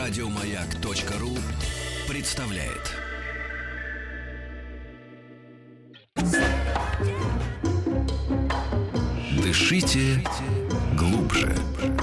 Радиомаяк.ру представляет. Дышите глубже.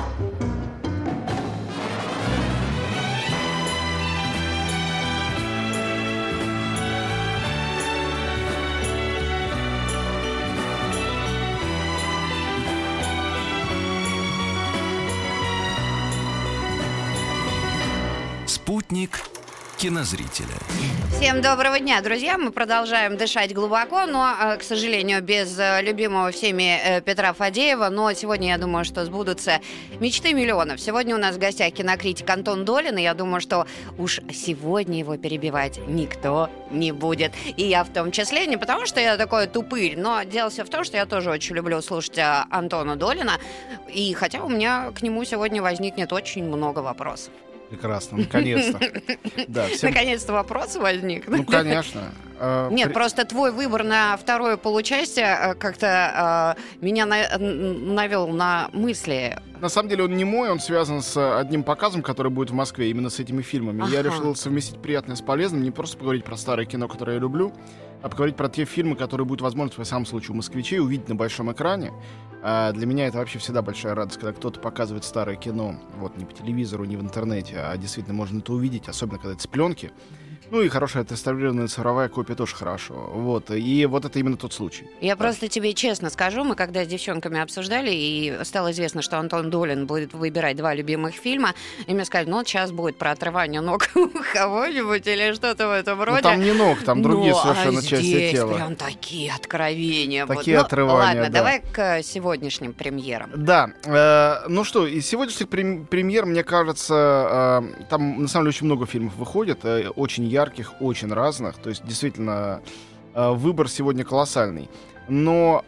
Спутник кинозрителя. Всем доброго дня, друзья. Мы продолжаем дышать глубоко, но, к сожалению, без любимого всеми Петра Фадеева. Но сегодня, я думаю, что сбудутся мечты миллионов. Сегодня у нас в гостях кинокритик Антон Долин, и я думаю, что уж сегодня его перебивать никто не будет. И я в том числе, не потому что я такой тупырь, но дело все в том, что я тоже очень люблю слушать Антона Долина. И хотя у меня к нему сегодня возникнет очень много вопросов. Прекрасно, наконец-то. Да, всем... Наконец-то вопрос возник. Ну, конечно. Нет, просто твой выбор на второе получастие как-то меня навел на мысли. На самом деле он не мой, он связан с одним показом, который будет в Москве, именно с этими фильмами. Я решил совместить приятное с полезным, не просто поговорить про старое кино, которое я люблю, а поговорить про те фильмы, которые будет возможность, во всяком случае, у москвичей увидеть на большом экране. Для меня это вообще всегда большая радость, когда кто-то показывает старое кино, вот не по телевизору, не в интернете, а действительно можно это увидеть, особенно когда это с пленки. Ну и хорошая отреставрированная цифровая копия тоже хорошо. Вот. И вот это именно тот случай. Я просто тебе честно скажу, мы когда с девчонками обсуждали, и стало известно, что Антон Долин будет выбирать два любимых фильма, и мне сказали, ну вот сейчас будет про отрывание ног у кого-нибудь или что-то в этом роде. Ну там не ног, там другие совершенно части тела. Прям такие откровения. Такие отрывания, ладно, давай к сегодняшним премьерам. Да. Ну что, из сегодняшних премьер, мне кажется, там на самом деле очень много фильмов выходит, очень ярких, очень разных. То есть, действительно, выбор сегодня колоссальный. Но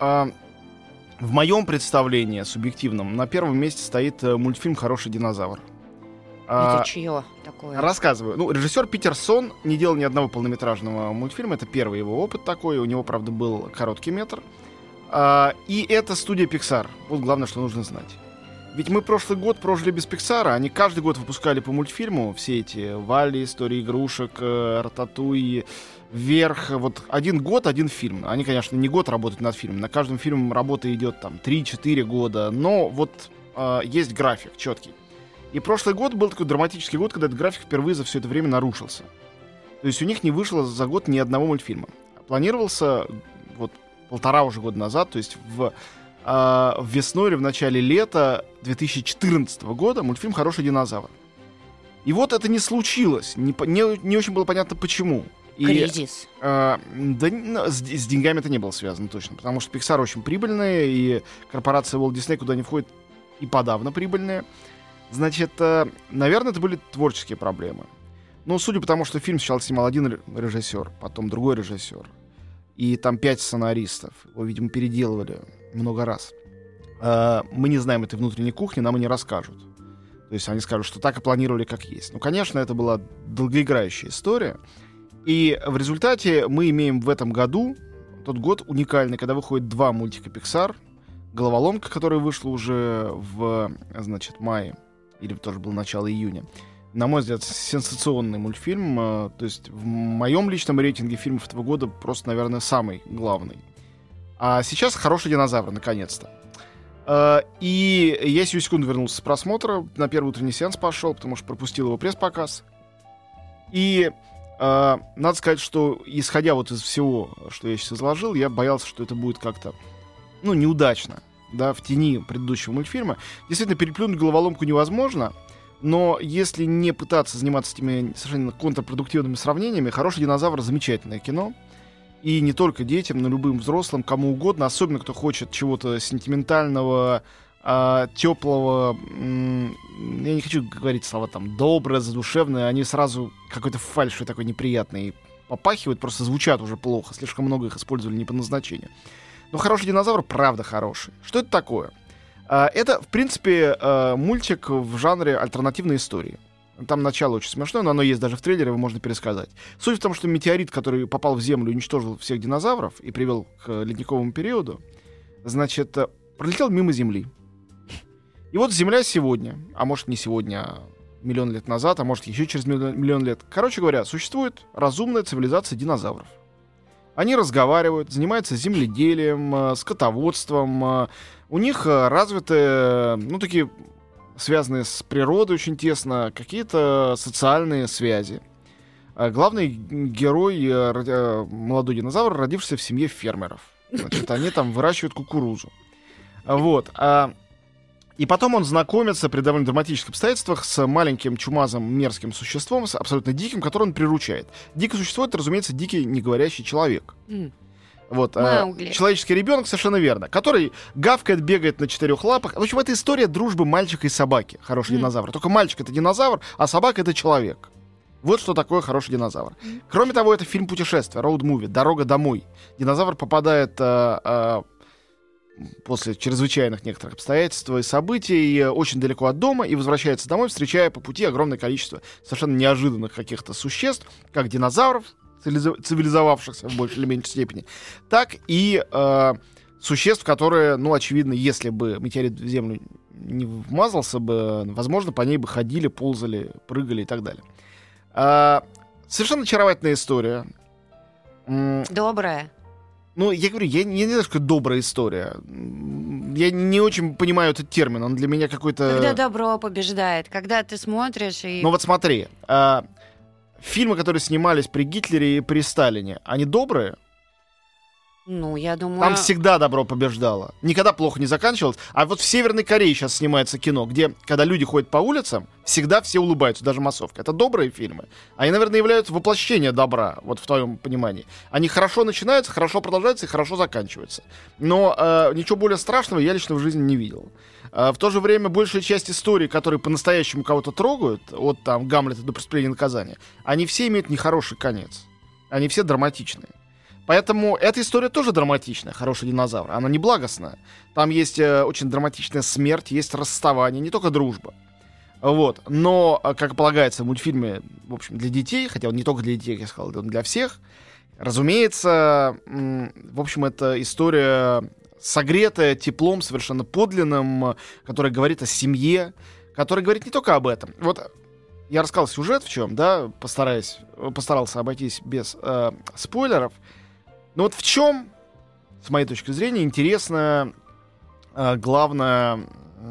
в моем представлении субъективном на первом месте стоит мультфильм «Хороший динозавр». Это чье такое? Рассказываю. Ну, режиссер Питер Сон не делал ни одного полнометражного мультфильма. Это первый его опыт такой. У него, правда, был короткий метр. И это студия Pixar. Вот главное, что нужно знать. Ведь мы прошлый год прожили без Пиксара. Они каждый год выпускали по мультфильму все эти «Валли», «История игрушек», «Рататуй», «Вверх». Вот один год, один фильм. Они, конечно, не год работают над фильмом. На каждом фильме работа идет там 3-4 года. Но вот есть график четкий. И прошлый год был такой драматический год, когда этот график впервые за все это время нарушился. То есть у них не вышло за год ни одного мультфильма. Планировался вот 1,5 уже года назад, то есть весной или в начале лета 2014 года мультфильм «Хороший динозавр». И вот это не случилось. Не очень было понятно, почему. Кризис. С деньгами это не было связано точно. Потому что Pixar очень прибыльная, и корпорация Walt Disney, куда они входят, и подавно прибыльная. Значит, наверное, это были творческие проблемы. Но судя по тому, что фильм сначала снимал один режиссер, потом другой режиссер, и там 5 сценаристов, его, видимо, переделывали много раз. Мы не знаем этой внутренней кухни, нам и не расскажут. То есть они скажут, что так и планировали, как есть. Ну, конечно, это была долгоиграющая история. И в результате мы имеем в этом году, тот год уникальный, когда выходит 2 мультика Pixar. «Головоломка», которая вышла уже в, значит, мае, или тоже было начало июня. На мой взгляд, сенсационный мультфильм. То есть в моем личном рейтинге фильмов этого года просто, наверное, самый главный. А сейчас «Хороший динозавр», наконец-то. И я сию секунду вернулся с просмотра. На первый утренний сеанс пошел, потому что пропустил его пресс-показ. И надо сказать, что исходя вот из всего, что я сейчас изложил, я боялся, что это будет как-то, ну, неудачно, да, в тени предыдущего мультфильма. Действительно, переплюнуть головоломку невозможно. Но если не пытаться заниматься этими совершенно контрпродуктивными сравнениями, «Хороший динозавр» — замечательное кино. И не только детям, но любым взрослым, кому угодно, особенно кто хочет чего-то сентиментального, теплого. Я не хочу говорить слова там доброе, задушевное, они сразу какой-то фальшью такой неприятный попахивают, просто звучат уже плохо, слишком много их использовали не по назначению. Но «Хороший динозавр» правда хороший. Что это такое? Это, в принципе, мультик в жанре альтернативной истории. Там начало очень смешное, но оно есть даже в трейлере, его можно пересказать. Суть в том, что метеорит, который попал в Землю и уничтожил всех динозавров и привел к ледниковому периоду, значит, пролетел мимо Земли. И вот Земля сегодня, а может не сегодня, а миллион лет назад, а может еще через миллион лет. Короче говоря, существует разумная цивилизация динозавров. Они разговаривают, занимаются земледелием, скотоводством. У них развиты, такие связанные с природой очень тесно, какие-то социальные связи. Главный герой, молодой динозавр, родившийся в семье фермеров. Значит, они там выращивают кукурузу. Вот. И потом он знакомится при довольно драматических обстоятельствах с маленьким чумазым мерзким существом, с абсолютно диким, которое он приручает. Дикое существо — это, разумеется, дикий неговорящий человек. Вот, человеческий ребенок, совершенно верно, который гавкает, бегает на 4 лапах. В общем, это история дружбы мальчика и собаки, хороший динозавр. Только мальчик — это динозавр, а собака — это человек. Вот что такое хороший динозавр. Кроме того, это фильм путешествия, роуд-муви, дорога домой. Динозавр попадает после чрезвычайных некоторых обстоятельств и событий очень далеко от дома и возвращается домой, встречая по пути огромное количество совершенно неожиданных каких-то существ, как динозавров, цивилизовавшихся в большей или меньшей степени, так и существ, которые, очевидно, если бы метеорит в Землю не вмазался бы, возможно, по ней бы ходили, ползали, прыгали и так далее. Совершенно очаровательная история. Добрая. Я говорю, я не знаю, что это добрая история. Я не очень понимаю этот термин. Он для меня какой-то... Когда добро побеждает, когда ты смотришь и... Вот смотри. Фильмы, которые снимались при Гитлере и при Сталине, они добрые? Я думаю... Там всегда добро побеждало. Никогда плохо не заканчивалось. А вот в Северной Корее сейчас снимается кино, где, когда люди ходят по улицам, всегда все улыбаются, даже массовка. Это добрые фильмы. Они, наверное, являются воплощением добра, вот в твоем понимании. Они хорошо начинаются, хорошо продолжаются и хорошо заканчиваются. Но ничего более страшного я лично в жизни не видел. В то же время большая часть историй, которые по-настоящему кого-то трогают, от там Гамлета до Преступления и наказания, они все имеют нехороший конец. Они все драматичные. Поэтому эта история тоже драматичная, хороший динозавр. Она не благостная. Там есть очень драматичная смерть, есть расставание, не только дружба. Вот. Но, как полагается в мультфильме, в общем, для детей, хотя он не только для детей, как я сказал, он для всех, разумеется, в общем, это история, согретая теплом совершенно подлинным, которая говорит о семье, которая говорит не только об этом. Вот я рассказал сюжет в чем, да, постарался обойтись без спойлеров. Но вот в чем, с моей точки зрения, интересная главная,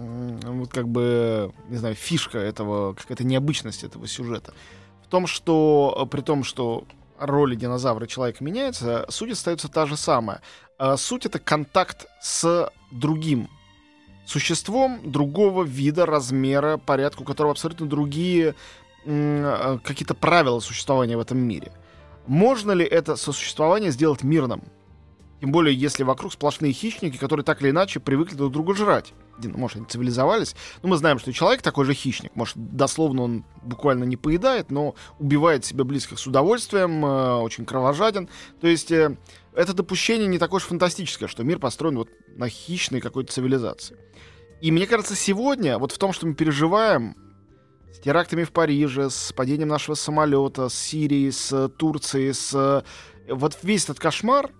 не знаю, фишка этого, какая-то необычность этого сюжета. В том, что при том, что роли динозавра и человека меняются, суть остается та же самая. Суть — это контакт с другим существом другого вида, размера, порядка, у которого абсолютно другие какие-то правила существования в этом мире. Можно ли это сосуществование сделать мирным? Тем более, если вокруг сплошные хищники, которые так или иначе привыкли друг друга жрать. Может, они цивилизовались. Но мы знаем, что и человек такой же хищник. Может, дословно он буквально не поедает, но убивает себе близких с удовольствием, очень кровожаден. То есть это допущение не такое уж фантастическое, что мир построен вот на хищной какой-то цивилизации. И мне кажется, сегодня вот в том, что мы переживаем, с терактами в Париже, с падением нашего самолета, с Сирией, с Турцией, вот весь этот кошмар,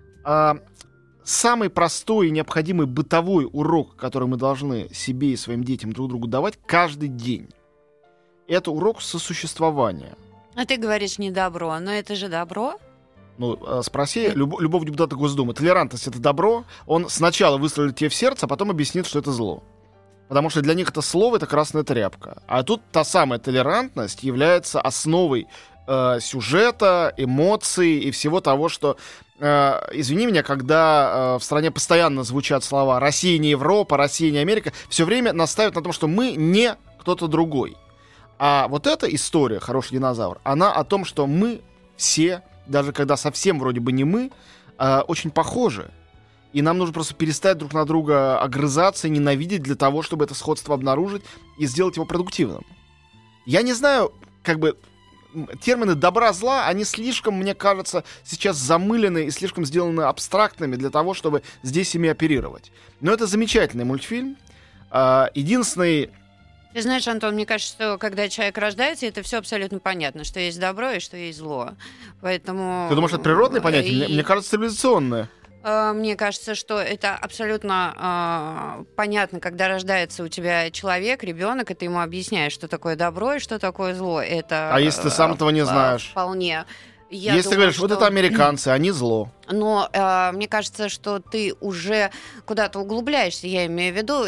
самый простой и необходимый бытовой урок, который мы должны себе и своим детям друг другу давать каждый день, это урок сосуществования. А ты говоришь не добро, но это же добро? Спроси любого депутата Госдумы. Толерантность — это добро. Он сначала выстрелит тебе в сердце, а потом объяснит, что это зло. Потому что для них это слово — это красная тряпка. А тут та самая толерантность является основой сюжета, эмоций и всего того, что... извини меня, когда в стране постоянно звучат слова «Россия не Европа», «Россия не Америка», все время настаивают на том, что мы не кто-то другой. А вот эта история «Хороший динозавр», она о том, что мы все, даже когда совсем вроде бы не мы, очень похожи. И нам нужно просто перестать друг на друга огрызаться и ненавидеть для того, чтобы это сходство обнаружить и сделать его продуктивным. Я не знаю, термины добра-зла, они слишком, мне кажется, сейчас замылены и слишком сделаны абстрактными для того, чтобы здесь ими оперировать. Но это замечательный мультфильм. Единственный... Ты знаешь, Антон, мне кажется, что когда человек рождается, это все абсолютно понятно, что есть добро и что есть зло. Поэтому... Ты думаешь, это природное понятие? Мне кажется, цивилизационное. Мне кажется, что это абсолютно понятно, когда рождается у тебя человек, ребенок, и ты ему объясняешь, что такое добро и что такое зло. Это, А если ты сам этого не знаешь? Вполне. Если ты говоришь, вот это американцы, они зло. Но мне кажется, что ты уже куда-то углубляешься, я имею в виду,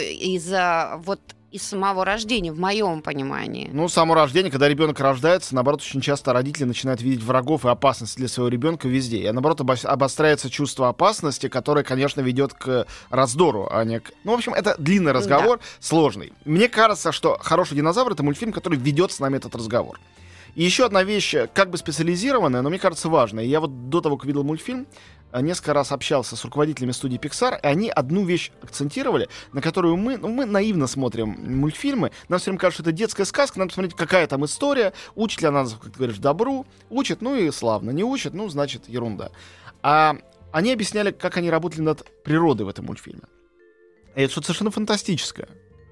из самого рождения, в моем понимании. Ну, само рождение, когда ребенок рождается, наоборот, очень часто родители начинают видеть врагов и опасность для своего ребенка везде. И наоборот, обостряется чувство опасности, которое, конечно, ведет к раздору, а не к... Ну, в общем, это длинный разговор, сложный. Мне кажется, что «Хороший динозавр» — это мультфильм, который ведет с нами этот разговор. И еще одна вещь, как бы специализированная, но мне кажется важная. Я вот до того, как видел мультфильм, несколько раз общался с руководителями студии Pixar, и они одну вещь акцентировали, на которую мы наивно смотрим мультфильмы. Нам все время кажется, что это детская сказка, надо посмотреть, какая там история, учит ли она, как ты говоришь, добру, учит, ну и славно, не учит, ну, значит, ерунда. А они объясняли, как они работали над природой в этом мультфильме. И это что-то совершенно фантастическое.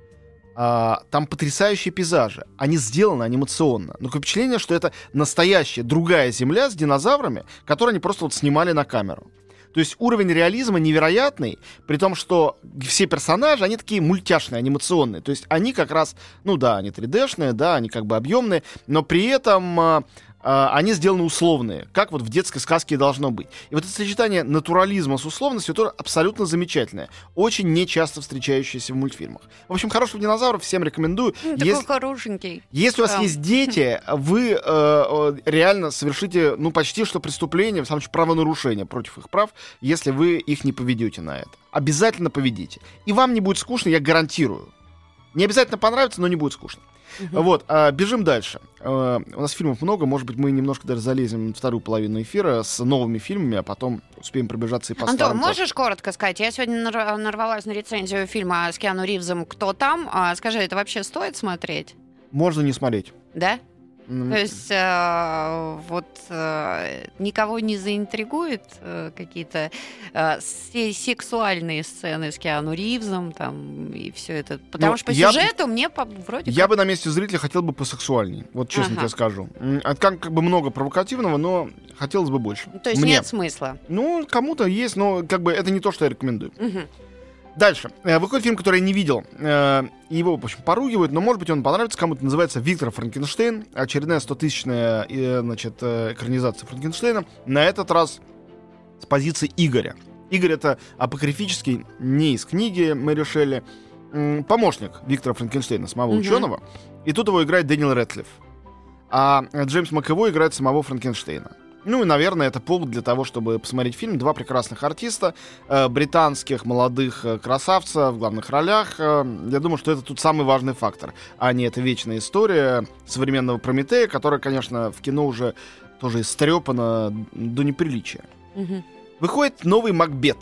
Там потрясающие пейзажи. Они сделаны анимационно. Но такое впечатление, что это настоящая другая земля с динозаврами, которые они просто вот снимали на камеру. То есть уровень реализма невероятный, при том, что все персонажи, они такие мультяшные, анимационные. То есть они как раз, ну да, они 3D-шные, да, они как бы объемные, но при этом они сделаны условные, как вот в детской сказке и должно быть. И вот это сочетание натурализма с условностью тоже абсолютно замечательное. Очень нечасто встречающееся в мультфильмах. В общем, «Хорошего динозавра» всем рекомендую. Такой хорошенький. Если у вас есть дети, вы реально совершите, ну, почти что преступление, в самом деле, правонарушение против их прав, если вы их не поведете на это. Обязательно поведите. И вам не будет скучно, я гарантирую. Не обязательно понравится, но не будет скучно. Вот, бежим дальше. У нас фильмов много, может быть, мы немножко даже залезем в вторую половину эфира с новыми фильмами, а потом успеем пробежаться и по старым. Антон, можешь коротко сказать? Я сегодня нарвалась на рецензию фильма с Киану Ривзом «Кто там?». Скажи, это вообще стоит смотреть? Можно не смотреть. Да? То есть никого не заинтригует какие-то сексуальные сцены с Киану Ривзом там, и все это? Потому что по сюжету мне вроде Я бы на месте зрителя хотел бы посексуальней. Вот честно тебе скажу. Как бы много провокативного, но хотелось бы больше. То есть нет смысла? Ну, кому-то есть, но как бы это не то, что я рекомендую. Дальше. Выходит фильм, который я не видел. Его, в общем, поругивают, но, может быть, он понравится кому-то. Называется «Виктор Франкенштейн». Очередная 100-тысячная, значит, экранизация Франкенштейна. На этот раз с позиции Игоря. Игорь — это апокрифический, не из книги Мэри Шелли, помощник Виктора Франкенштейна, самого ученого. И тут его играет Дэниел Рэдклифф. А Джеймс Макэвой играет самого Франкенштейна. Ну и, наверное, это повод для того, чтобы посмотреть фильм. Два прекрасных артиста, британских молодых красавца в главных ролях. Я думаю, что это тут самый важный фактор, а не эта вечная история современного Прометея, которая, конечно, в кино уже тоже истрепана до неприличия. Выходит новый «Макбет».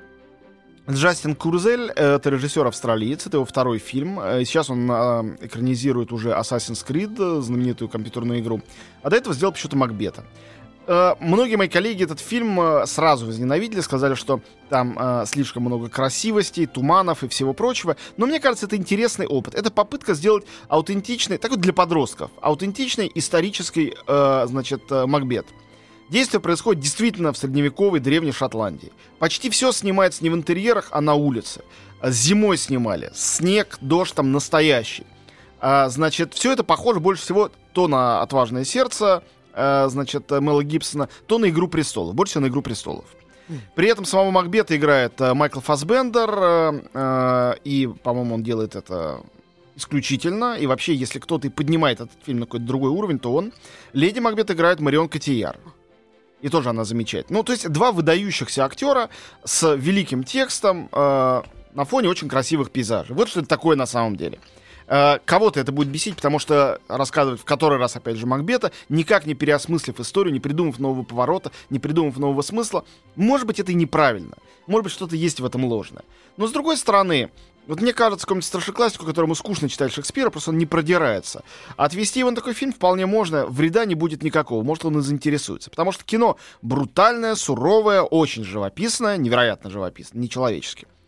Джастин Курзель — это режиссер-австралиец, это его второй фильм. Сейчас он экранизирует уже Assassin's Creed, знаменитую компьютерную игру. А до этого сделал почему-то «Макбета». Многие мои коллеги этот фильм сразу возненавидели, сказали, что там слишком много красивостей, туманов и всего прочего. Но мне кажется, это интересный опыт. Это попытка сделать аутентичный, такой для подростков, аутентичный исторический, значит, Макбет. Действие происходит действительно в средневековой древней Шотландии. Почти все снимается не в интерьерах, а на улице. Зимой снимали. Снег, дождь там настоящий. Значит, все это похоже больше всего то на «Отважное сердце», значит, Мэла Гибсона, то на «Игру престолов». Больше всего на «Игру престолов». При этом самого Макбета играет Майкл Фассбендер, и, по-моему, он делает это исключительно. И вообще, если кто-то и поднимает этот фильм на какой-то другой уровень, то он. Леди Макбет играет Марион Котийяр. И тоже она замечательная. Ну, то есть два выдающихся актера с великим текстом на фоне очень красивых пейзажей. Вот что это такое на самом деле. Кого-то это будет бесить, потому что рассказывать в который раз, опять же, Макбета, никак не переосмыслив историю, не придумав нового поворота, не придумав нового смысла. Может быть, это и неправильно. Может быть, что-то есть в этом ложное. Но, с другой стороны, вот мне кажется, какому-нибудь старшекласснику, которому скучно читать Шекспира, просто он не продирается. А отвести его на такой фильм вполне можно, вреда не будет никакого. Может, он и заинтересуется. Потому что кино брутальное, суровое, очень живописное, невероятно живописное, нечеловечески.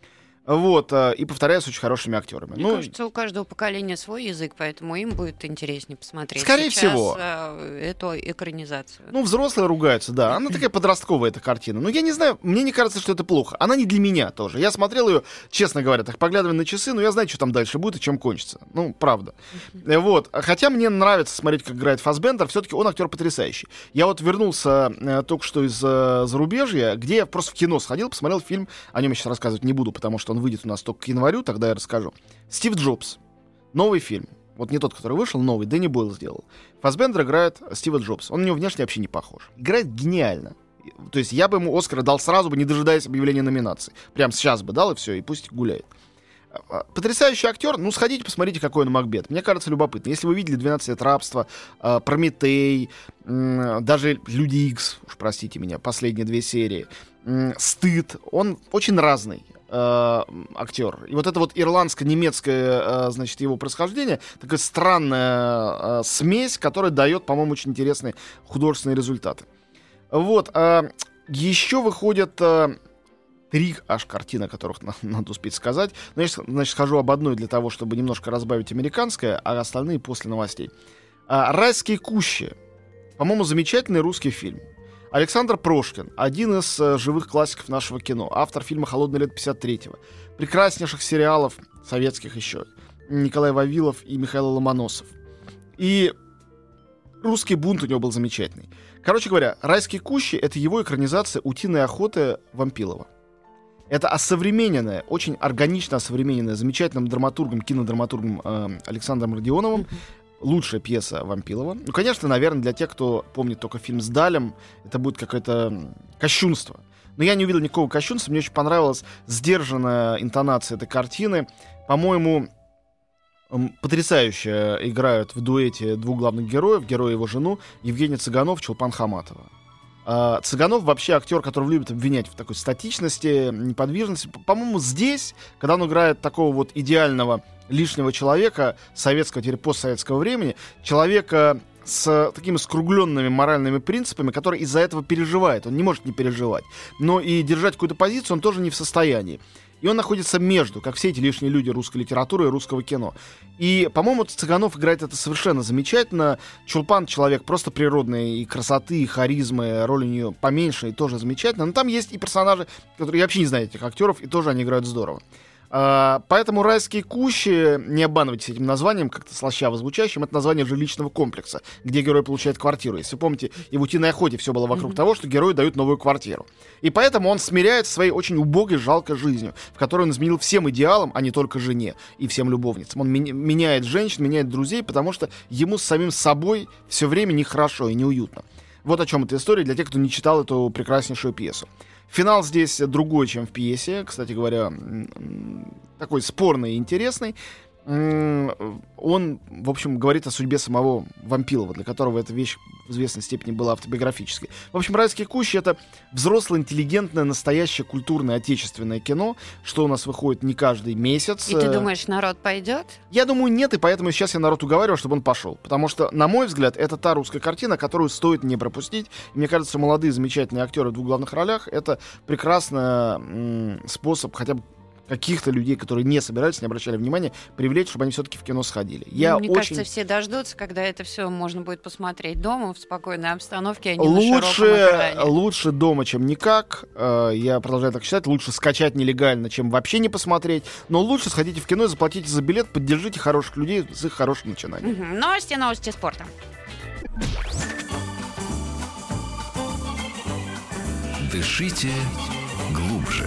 Вот, и повторяю, с очень хорошими актерами. Мне кажется, у каждого поколения свой язык, поэтому им будет интереснее посмотреть. Скорее сейчас всего. Эту экранизацию. Взрослые ругаются, да. Она такая подростковая, эта картина. Но я не знаю, мне не кажется, что это плохо. Она не для меня тоже. Я смотрел ее, честно говоря, так поглядывая на часы, но я знаю, что там дальше будет и чем кончится. Правда. Вот. Хотя мне нравится смотреть, как играет Фассбендер. Все-таки он актер потрясающий. Я вот вернулся только что из зарубежья, где я просто в кино сходил, посмотрел фильм. О нем я сейчас рассказывать не буду, потому что он выйдет у нас только к январю, тогда я расскажу. «Стив Джобс». Новый фильм. Вот не тот, который вышел, новый. Дэнни Бойл сделал. Фассбендер играет Стива Джобса. Он на него внешне вообще не похож. Играет гениально. То есть я бы ему Оскара дал сразу бы, не дожидаясь объявления номинаций. Прям сейчас бы дал, и все, и пусть гуляет. Потрясающий актер. Сходите, посмотрите, какой он Макбет. Мне кажется, любопытно. Если вы видели «12 лет рабства», «Прометей», даже «Люди Икс», уж простите меня, последние 2 серии, «Стыд», он очень разный актер. И вот это вот ирландско-немецкое, значит, его происхождение, такая странная смесь, которая дает, по-моему, очень интересные художественные результаты. Вот. Еще выходят 3 аж картины, о которых надо успеть сказать. Но я, значит, схожу об одной для того, чтобы немножко разбавить американское, а остальные после новостей. «Райские кущи». По-моему, замечательный русский фильм. Александр Прошкин, один из живых классиков нашего кино, автор фильма «Холодное лето 53-го», прекраснейших сериалов, советских еще, Николай Вавилов и Михаил Ломоносов. И «Русский бунт» у него был замечательный. Короче говоря, «Райские кущи» — это его экранизация «Утиной охоты» Вампилова. Это осовремененная, очень органично осовремененная, замечательным драматургом, кинодраматургом Александром Родионовым, лучшая пьеса Вампилова. Конечно, наверное, для тех, кто помнит только фильм с Далем, это будет какое-то кощунство. Но я не увидел никакого кощунства. Мне очень понравилась сдержанная интонация этой картины. По-моему, потрясающе играют в дуэте 2 главных героев, героя и его жену, Евгений Цыганов, Чулпан Хаматова. Цыганов вообще актер, который любит обвинять в такой статичности, неподвижности. По-моему, здесь, когда он играет такого вот идеального лишнего человека советского, теперь постсоветского времени, человека с такими скругленными моральными принципами, который из-за этого переживает. Он не может не переживать. Но и держать какую-то позицию он тоже не в состоянии. И он находится между, как все эти лишние люди русской литературы и русского кино. И, по-моему, Цыганов играет это совершенно замечательно. Чулпан — человек просто природной и красоты, и харизмы. Роль у нее поменьше и тоже замечательно. Но там есть и персонажи, которые... Я вообще не знаю этих актеров, и тоже они играют здорово. Поэтому «Райские кущи», не обманывайтесь этим названием, как-то слащаво звучащим, это название жилищного комплекса, где герой получает квартиру. Если вы помните, и в «Утиной охоте» все было вокруг того, что герою дают новую квартиру. И поэтому он смиряется своей очень убогой, жалкой жизнью, в которой он изменил всем идеалам, а не только жене и всем любовницам. Он меняет женщин, меняет друзей, потому что ему с самим собой все время нехорошо и неуютно. Вот о чем эта история для тех, кто не читал эту прекраснейшую пьесу. Финал здесь другой, чем в пьесе. Кстати говоря, такой спорный и интересный. Он, в общем, говорит о судьбе самого Вампилова, для которого эта вещь в известной степени была автобиографической. В общем, «Райские кущи» — это взрослое, интеллигентное, настоящее культурное отечественное кино, что у нас выходит не каждый месяц. И ты думаешь, народ пойдет? Я думаю, нет, и поэтому сейчас я народ уговариваю, чтобы он пошел. Потому что, на мой взгляд, это та русская картина, которую стоит не пропустить. И мне кажется, молодые замечательные актеры в 2 главных ролях — это прекрасный способ хотя бы каких-то людей, которые не собирались, не обращали внимания, привлечь, чтобы они все-таки в кино сходили. Мне кажется, все дождутся, когда это все можно будет посмотреть дома в спокойной обстановке, а не на широком экране. Лучше дома, чем никак. Я продолжаю так считать. Лучше скачать нелегально, чем вообще не посмотреть. Но лучше сходите в кино, заплатите за билет, поддержите хороших людей с их хорошим начинанием. Новости спорта. Дышите глубже.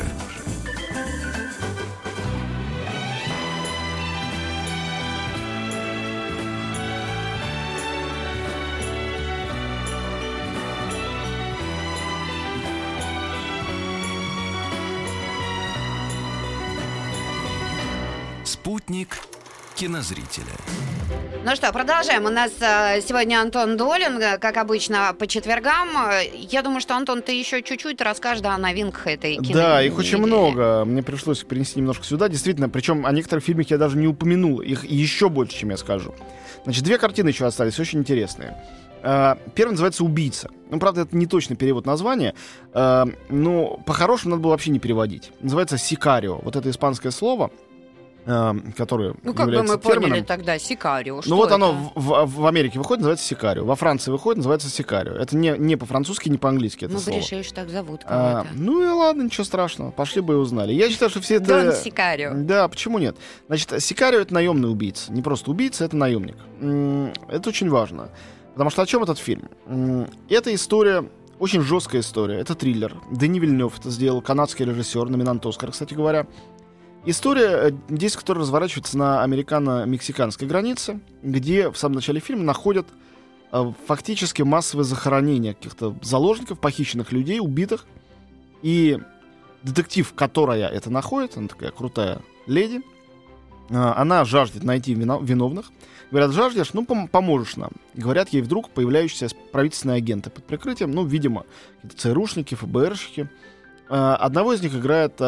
Спутник кинозрителя. Ну что, продолжаем. У нас сегодня Антон Долин, как обычно, по четвергам. Я думаю, что, Антон, ты еще чуть-чуть расскажешь о новинках этой кино. Да, их очень много. Мне пришлось их принести немножко сюда. Действительно, причем о некоторых фильмах я даже не упомянул. Их еще больше, чем я скажу. Значит, 2 картины еще остались, очень интересные. Первый называется «Убийца». Ну, правда, это не точный перевод названия, но по-хорошему надо было вообще не переводить. Называется «Сикарио». Вот это испанское слово, которое Ну, как бы является мы поняли термином. тогда, сикарио. Ну, вот оно в Америке выходит, называется «Сикарио». Во Франции выходит, называется «Сикарио». Это не по-французски, не по-английски это Мы слово. решили, что так зовут кого-то. Ну и ладно, ничего страшного. Пошли бы и узнали. Я считаю, что все это... Дон Сикарио. Да, почему нет? Значит, Сикарио — это наемный убийца. Не просто убийца, это наемник. Это очень важно. Потому что о чем этот фильм? Это история, очень жесткая история. Это триллер. Дени Вильнёв это сделал, канадский режиссер, номинант «Оскара», кстати говоря. История, действие которой разворачивается на американо-мексиканской границе, где в самом начале фильма находят фактически массовое захоронение каких-то заложников, похищенных людей, убитых. И детектив, которая это находит, она такая крутая леди, она жаждет найти виновных. Говорят, жаждешь, ну, поможешь нам. Говорят ей вдруг появляющиеся правительственные агенты под прикрытием, ну, видимо, какие-то ЦРУшники, ФБРшники. Одного из них играет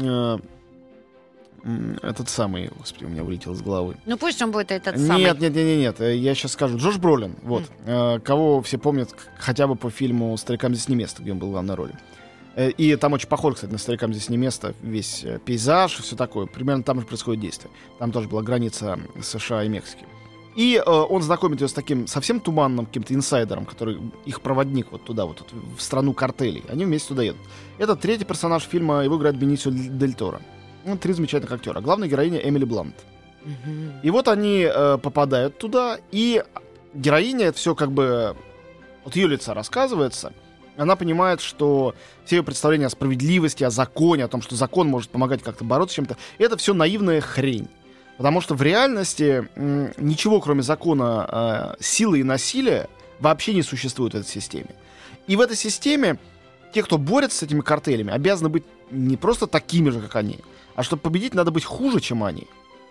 этот самый, господи, у меня вылетел из головы. Ну, пусть он будет этот самый. Нет, я сейчас скажу. Джош Бролин, вот, кого все помнят хотя бы по фильму «Старикам здесь не место», где он был в главной роли. И там очень похоже, кстати, на «Старикам здесь не место». Весь пейзаж и все такое. Примерно там же происходит действие. Там тоже была граница США и Мексики. И он знакомит ее с таким совсем туманным каким-то инсайдером, который их проводник вот туда, вот в страну картелей. Они вместе туда едут. Это третий персонаж фильма, его играет Бенисио Дель Торо. Ну, 3 замечательных актера. Главная героиня Эмили Блант. И вот они попадают туда, и героиня, это все как бы от ее лица рассказывается. Она понимает, что все ее представления о справедливости, о законе, о том, что закон может помогать как-то бороться с чем-то, это все наивная хрень. Потому что в реальности ничего, кроме закона силы и насилия, вообще не существует в этой системе. И в этой системе те, кто борется с этими картелями, обязаны быть не просто такими же, как они, а чтобы победить, надо быть хуже, чем они.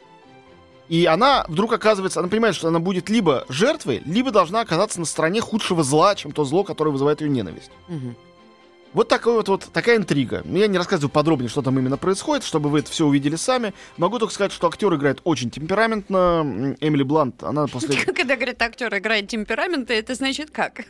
И она вдруг оказывается, она понимает, что она будет либо жертвой, либо должна оказаться на стороне худшего зла, чем то зло, которое вызывает ее ненависть. Вот такая интрига. Я не рассказываю подробнее, что там именно происходит, чтобы вы это все увидели сами. Могу только сказать, что актер играет очень темпераментно. Эмили Блант, она после... Когда говорят, актер играет темпераментно, это значит как?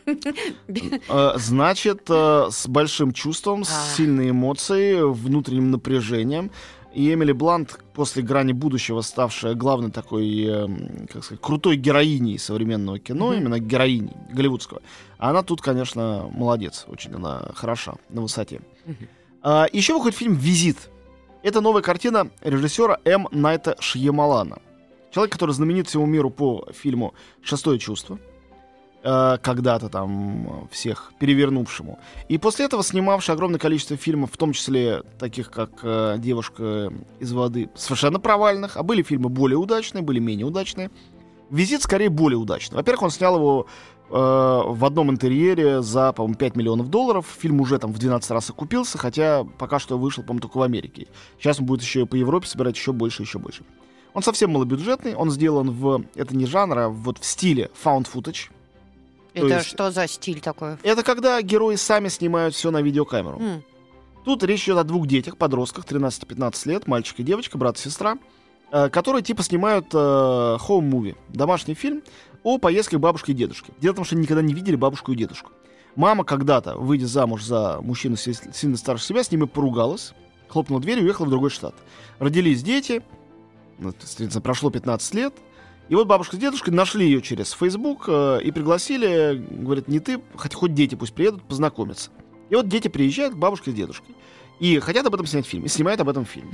Значит, с большим чувством, с сильной эмоцией, внутренним напряжением. И Эмили Блант, после «Грани будущего», ставшая главной такой, как сказать, крутой героиней современного кино, именно героиней голливудского, она тут, конечно, молодец. Очень она хороша, на высоте. Еще выходит фильм «Визит». Это новая картина режиссера М. Найта Шьямалана. Человек, который знаменит всему миру по фильму «Шестое чувство», когда-то там всех перевернувшему. И после этого снимавший огромное количество фильмов, в том числе таких, как «Девушка из воды», совершенно провальных, а были фильмы более удачные, были менее удачные. «Визит» скорее более удачный. Во-первых, он снял его в одном интерьере за, по-моему, $5 миллионов. Фильм уже там в 12 раз окупился, хотя пока что вышел, по-моему, только в Америке. Сейчас он будет еще и по Европе собирать еще больше, еще больше. Он совсем малобюджетный, он сделан это не жанр, а вот в стиле found footage. Это что за стиль такой? Это когда герои сами снимают все на видеокамеру. Тут речь идет о 2 детях, подростках, 13-15 лет, мальчик и девочка, брат и сестра, которые типа снимают home movie, домашний фильм о поездке к бабушке и дедушке. Дело в том, что они никогда не видели бабушку и дедушку. Мама когда-то, выйдя замуж за мужчину сильно старше себя, с ними поругалась, хлопнула дверью и уехала в другой штат. Родились дети, прошло 15 лет, и вот бабушка с дедушкой нашли ее через Facebook и пригласили, говорят, не ты, хоть дети пусть приедут познакомиться. И вот дети приезжают к бабушке с дедушкой и хотят об этом снять фильм, и снимают об этом фильм.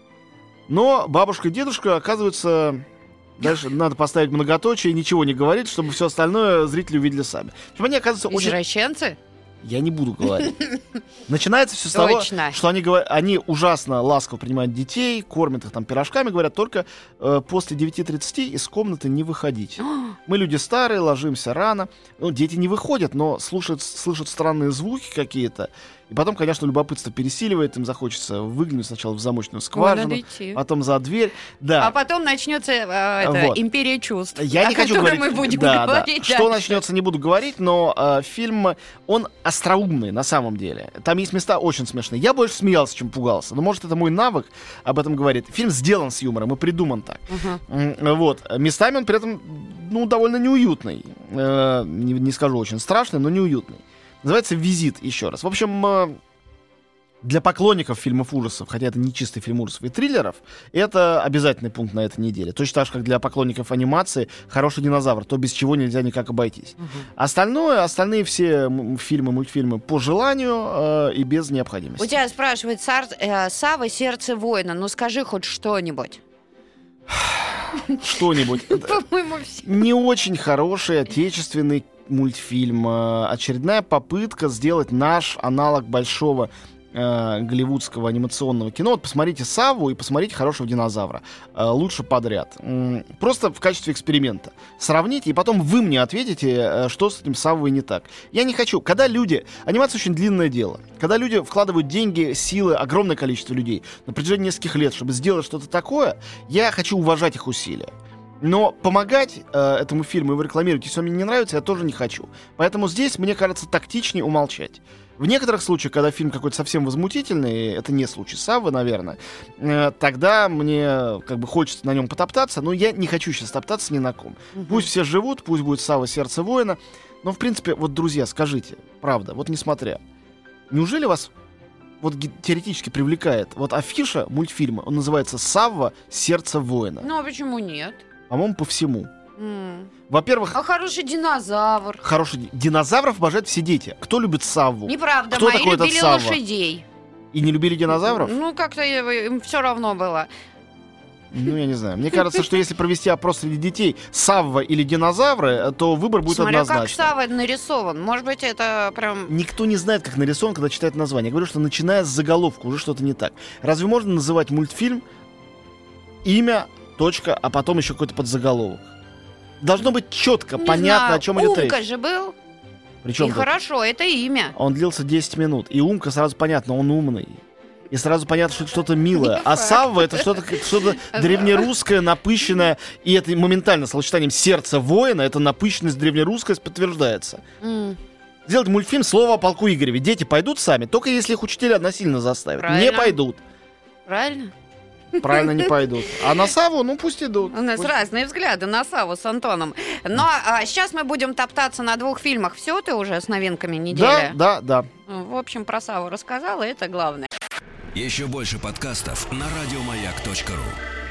Но бабушка и дедушка, оказывается, дальше надо поставить многоточие, ничего не говорить, чтобы все остальное зрители увидели сами. Причем они, оказывается, очень... Извращенцы? Я не буду говорить. Начинается все с того, что они ужасно ласково принимают детей, кормят их там пирожками, говорят, только после 9:30 из комнаты не выходить. Мы люди старые, ложимся рано. Ну, дети не выходят, но слышат странные звуки какие-то. И потом, конечно, любопытство пересиливает, им захочется выглянуть сначала в замочную скважину, потом за дверь. Да. А потом начнется империя чувств, Я не хочу говорить. Мы будем говорить. Что начнется, не буду говорить, но фильм, он остроумный на самом деле. Там есть места очень смешные. Я больше смеялся, чем пугался. Но, может, это мой навык об этом говорит. Фильм сделан с юмором и придуман так. Вот. Местами он при этом, довольно неуютный. не скажу очень страшный, но неуютный. Называется «Визит», еще раз. В общем, для поклонников фильмов ужасов, хотя это не чистый фильм ужасов и триллеров, это обязательный пункт на этой неделе. Точно так же, как для поклонников анимации «Хороший динозавр», то без чего нельзя никак обойтись. Остальные все фильмы, мультфильмы по желанию и без необходимости. У тебя спрашивает Сава «Сердце воина». Ну скажи хоть что-нибудь. Что-нибудь. По-моему, все. Не очень хороший отечественный мультфильм. Очередная попытка сделать наш аналог большого голливудского анимационного кино. Вот посмотрите «Савву» и посмотрите «Хорошего динозавра». Лучше подряд. Просто в качестве эксперимента. Сравните, и потом вы мне ответите, что с этим «Саввой» не так. Я не хочу. Когда люди... Анимация очень длинное дело. Когда люди вкладывают деньги, силы, огромное количество людей на протяжении нескольких лет, чтобы сделать что-то такое, я хочу уважать их усилия. Но помогать этому фильму, его рекламировать, если он мне не нравится, я тоже не хочу. Поэтому здесь, мне кажется, тактичнее умолчать. В некоторых случаях, когда фильм какой-то совсем возмутительный, это не случай Саввы, наверное, тогда мне как бы хочется на нем потоптаться, но я не хочу сейчас топтаться ни на ком. Пусть все живут, пусть будет «Савва. Сердце воина». Но, в принципе, вот, друзья, скажите, правда, вот несмотря, неужели вас вот теоретически привлекает вот афиша мультфильма, он называется «Савва. Сердце воина». Ну, а почему нет? По-моему, по всему. Во-первых... А хороший динозавр. Хороший динозавров обожают все дети. Кто любит Савву? Неправда, Кто мои такой этот любили Савва? лошадей. И не любили динозавров? Ну, как-то им все равно было. Ну, я не знаю. Мне кажется, что если провести опрос среди детей «Савва» или «Динозавры», то выбор будет Смотря однозначный. как Савва нарисован. Может быть, это прям... Никто не знает, как нарисован, когда читает название. Я говорю, что начиная с заголовка уже что-то не так. Разве можно называть мультфильм имя, точка, а потом еще какой-то подзаголовок? Должно быть четко, Не понятно, знаю. о чем идет речь. Умка же был. Причем И хорошо, это имя. он длился 10 минут. И Умка сразу понятно, он умный. И сразу понятно, что это что-то милое. Не А факт. Савва — это что-то древнерусское, напыщенное. И это моментально сочетанием «Сердце воина», эта напыщенность древнерусская подтверждается. Сделать мультфильм «Слово о полку Игореве». Дети пойдут сами, только если их учителя насильно заставят. Правильно. Не пойдут. Правильно? Правильно, не пойдут. А на Савву, ну пусть идут. У нас Пусть- разные взгляды на Савву с Антоном. Но сейчас мы будем топтаться на 2 фильмах. Все, ты уже с новинками недели? Да. В общем, про Савву рассказала, это главное. Еще больше подкастов на радиомаяк.ру.